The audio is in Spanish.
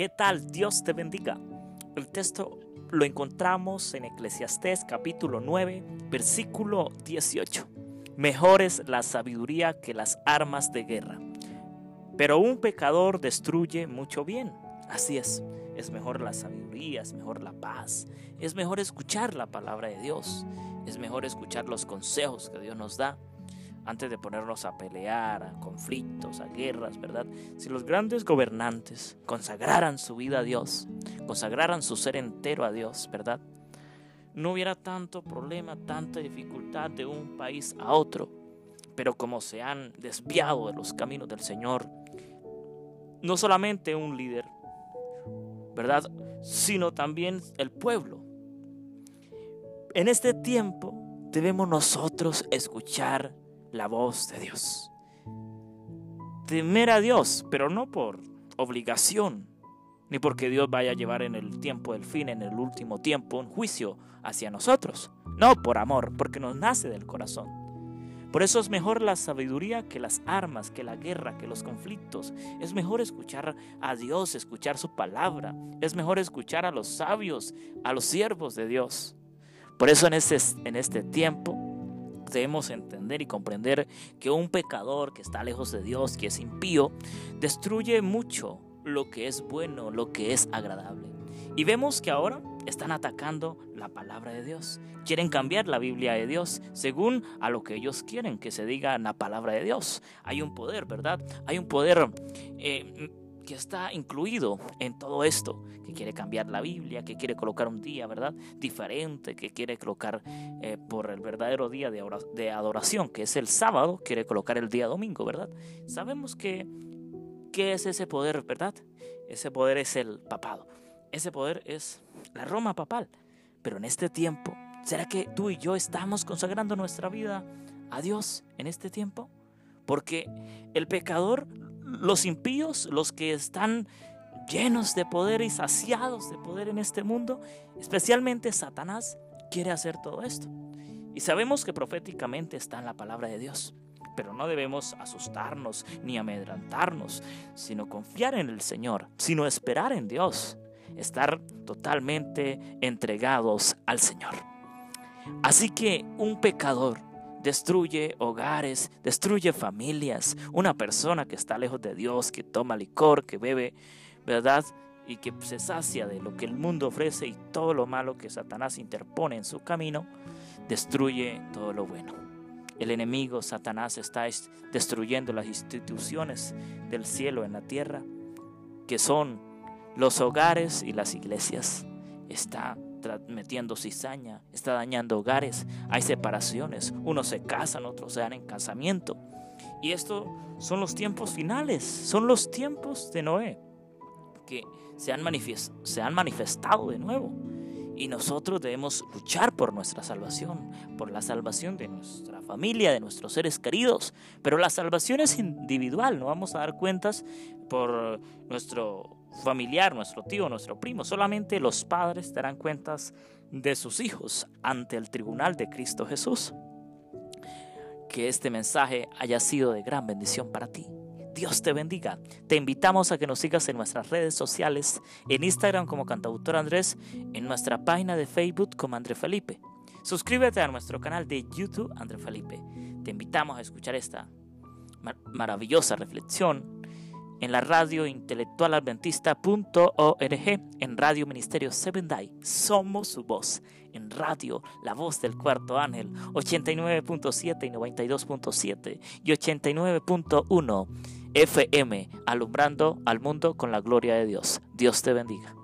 ¿Qué tal? Dios te bendiga. El texto lo encontramos en Eclesiastés capítulo 9, versículo 18. Mejor es la sabiduría que las armas de guerra, pero un pecador destruye mucho bien. Así es mejor la sabiduría, es mejor la paz, es mejor escuchar la palabra de Dios, es mejor escuchar los consejos que Dios nos da antes de ponernos a pelear, a conflictos, a guerras, ¿verdad? Si los grandes gobernantes consagraran su vida a Dios, consagraran su ser entero a Dios, ¿verdad? No hubiera tanto problema, tanta dificultad de un país a otro. Pero como se han desviado de los caminos del Señor, no solamente un líder, ¿verdad?, sino también el pueblo. En este tiempo debemos nosotros escuchar la voz de Dios. Temer a Dios, pero no por obligación, ni porque Dios vaya a llevar en el tiempo del fin, en el último tiempo, un juicio hacia nosotros. No, por amor, porque nos nace del corazón. Por eso es mejor la sabiduría que las armas, que la guerra, que los conflictos. Es mejor escuchar a Dios, escuchar su palabra. Es mejor escuchar a los sabios, a los siervos de Dios. Por eso en este tiempo debemos entender y comprender que un pecador que está lejos de Dios, que es impío, destruye mucho lo que es bueno, lo que es agradable. Y vemos que ahora están atacando la palabra de Dios. Quieren cambiar la Biblia de Dios según a lo que ellos quieren que se diga en la palabra de Dios. Hay un poder, ¿verdad? Hay un poder que está incluido en todo esto, que quiere cambiar la Biblia, que quiere colocar un día, ¿verdad?, diferente, que quiere colocar por el verdadero día de adoración, que es el sábado, quiere colocar el día domingo, ¿verdad? Sabemos ¿qué es ese poder, verdad? Ese poder es el papado. Ese poder es la Roma papal. Pero en este tiempo, ¿será que tú y yo estamos consagrando nuestra vida a Dios en este tiempo? Porque el pecador, los impíos, los que están llenos de poder y saciados de poder en este mundo, especialmente Satanás, quiere hacer todo esto. Y sabemos que proféticamente está en la palabra de Dios. Pero no debemos asustarnos ni amedrentarnos, sino confiar en el Señor, sino esperar en Dios. Estar totalmente entregados al Señor. Así que un pecador destruye hogares, destruye familias. Una persona que está lejos de Dios, que toma licor, que bebe, ¿verdad?, y que se sacia de lo que el mundo ofrece y todo lo malo que Satanás interpone en su camino, destruye todo lo bueno. El enemigo, Satanás, está destruyendo las instituciones del cielo en la tierra, que son los hogares y las iglesias. Está metiendo cizaña, está dañando hogares, hay separaciones, unos se casan, otros se dan en casamiento. Y esto son los tiempos finales, son los tiempos de Noé, que se han manifestado de nuevo. Y nosotros debemos luchar por nuestra salvación, por la salvación de nuestra familia, de nuestros seres queridos. Pero la salvación es individual, no vamos a dar cuentas por nuestro familiar, nuestro tío, nuestro primo. Solamente los padres darán cuentas de sus hijos ante el tribunal de Cristo Jesús. Que este mensaje haya sido de gran bendición para ti. Dios te bendiga. Te invitamos a que nos sigas en nuestras redes sociales, en Instagram como Cantautor Andrés, en nuestra página de Facebook como André Felipe. Suscríbete a nuestro canal de YouTube André Felipe. Te invitamos a escuchar esta maravillosa reflexión en la radio intelectualadventista.org, en Radio Ministerio Seventh Day. Somos su voz. En radio, la voz del Cuarto Ángel, 89.7 y 92.7 y 89.1 FM, alumbrando al mundo con la gloria de Dios. Dios te bendiga.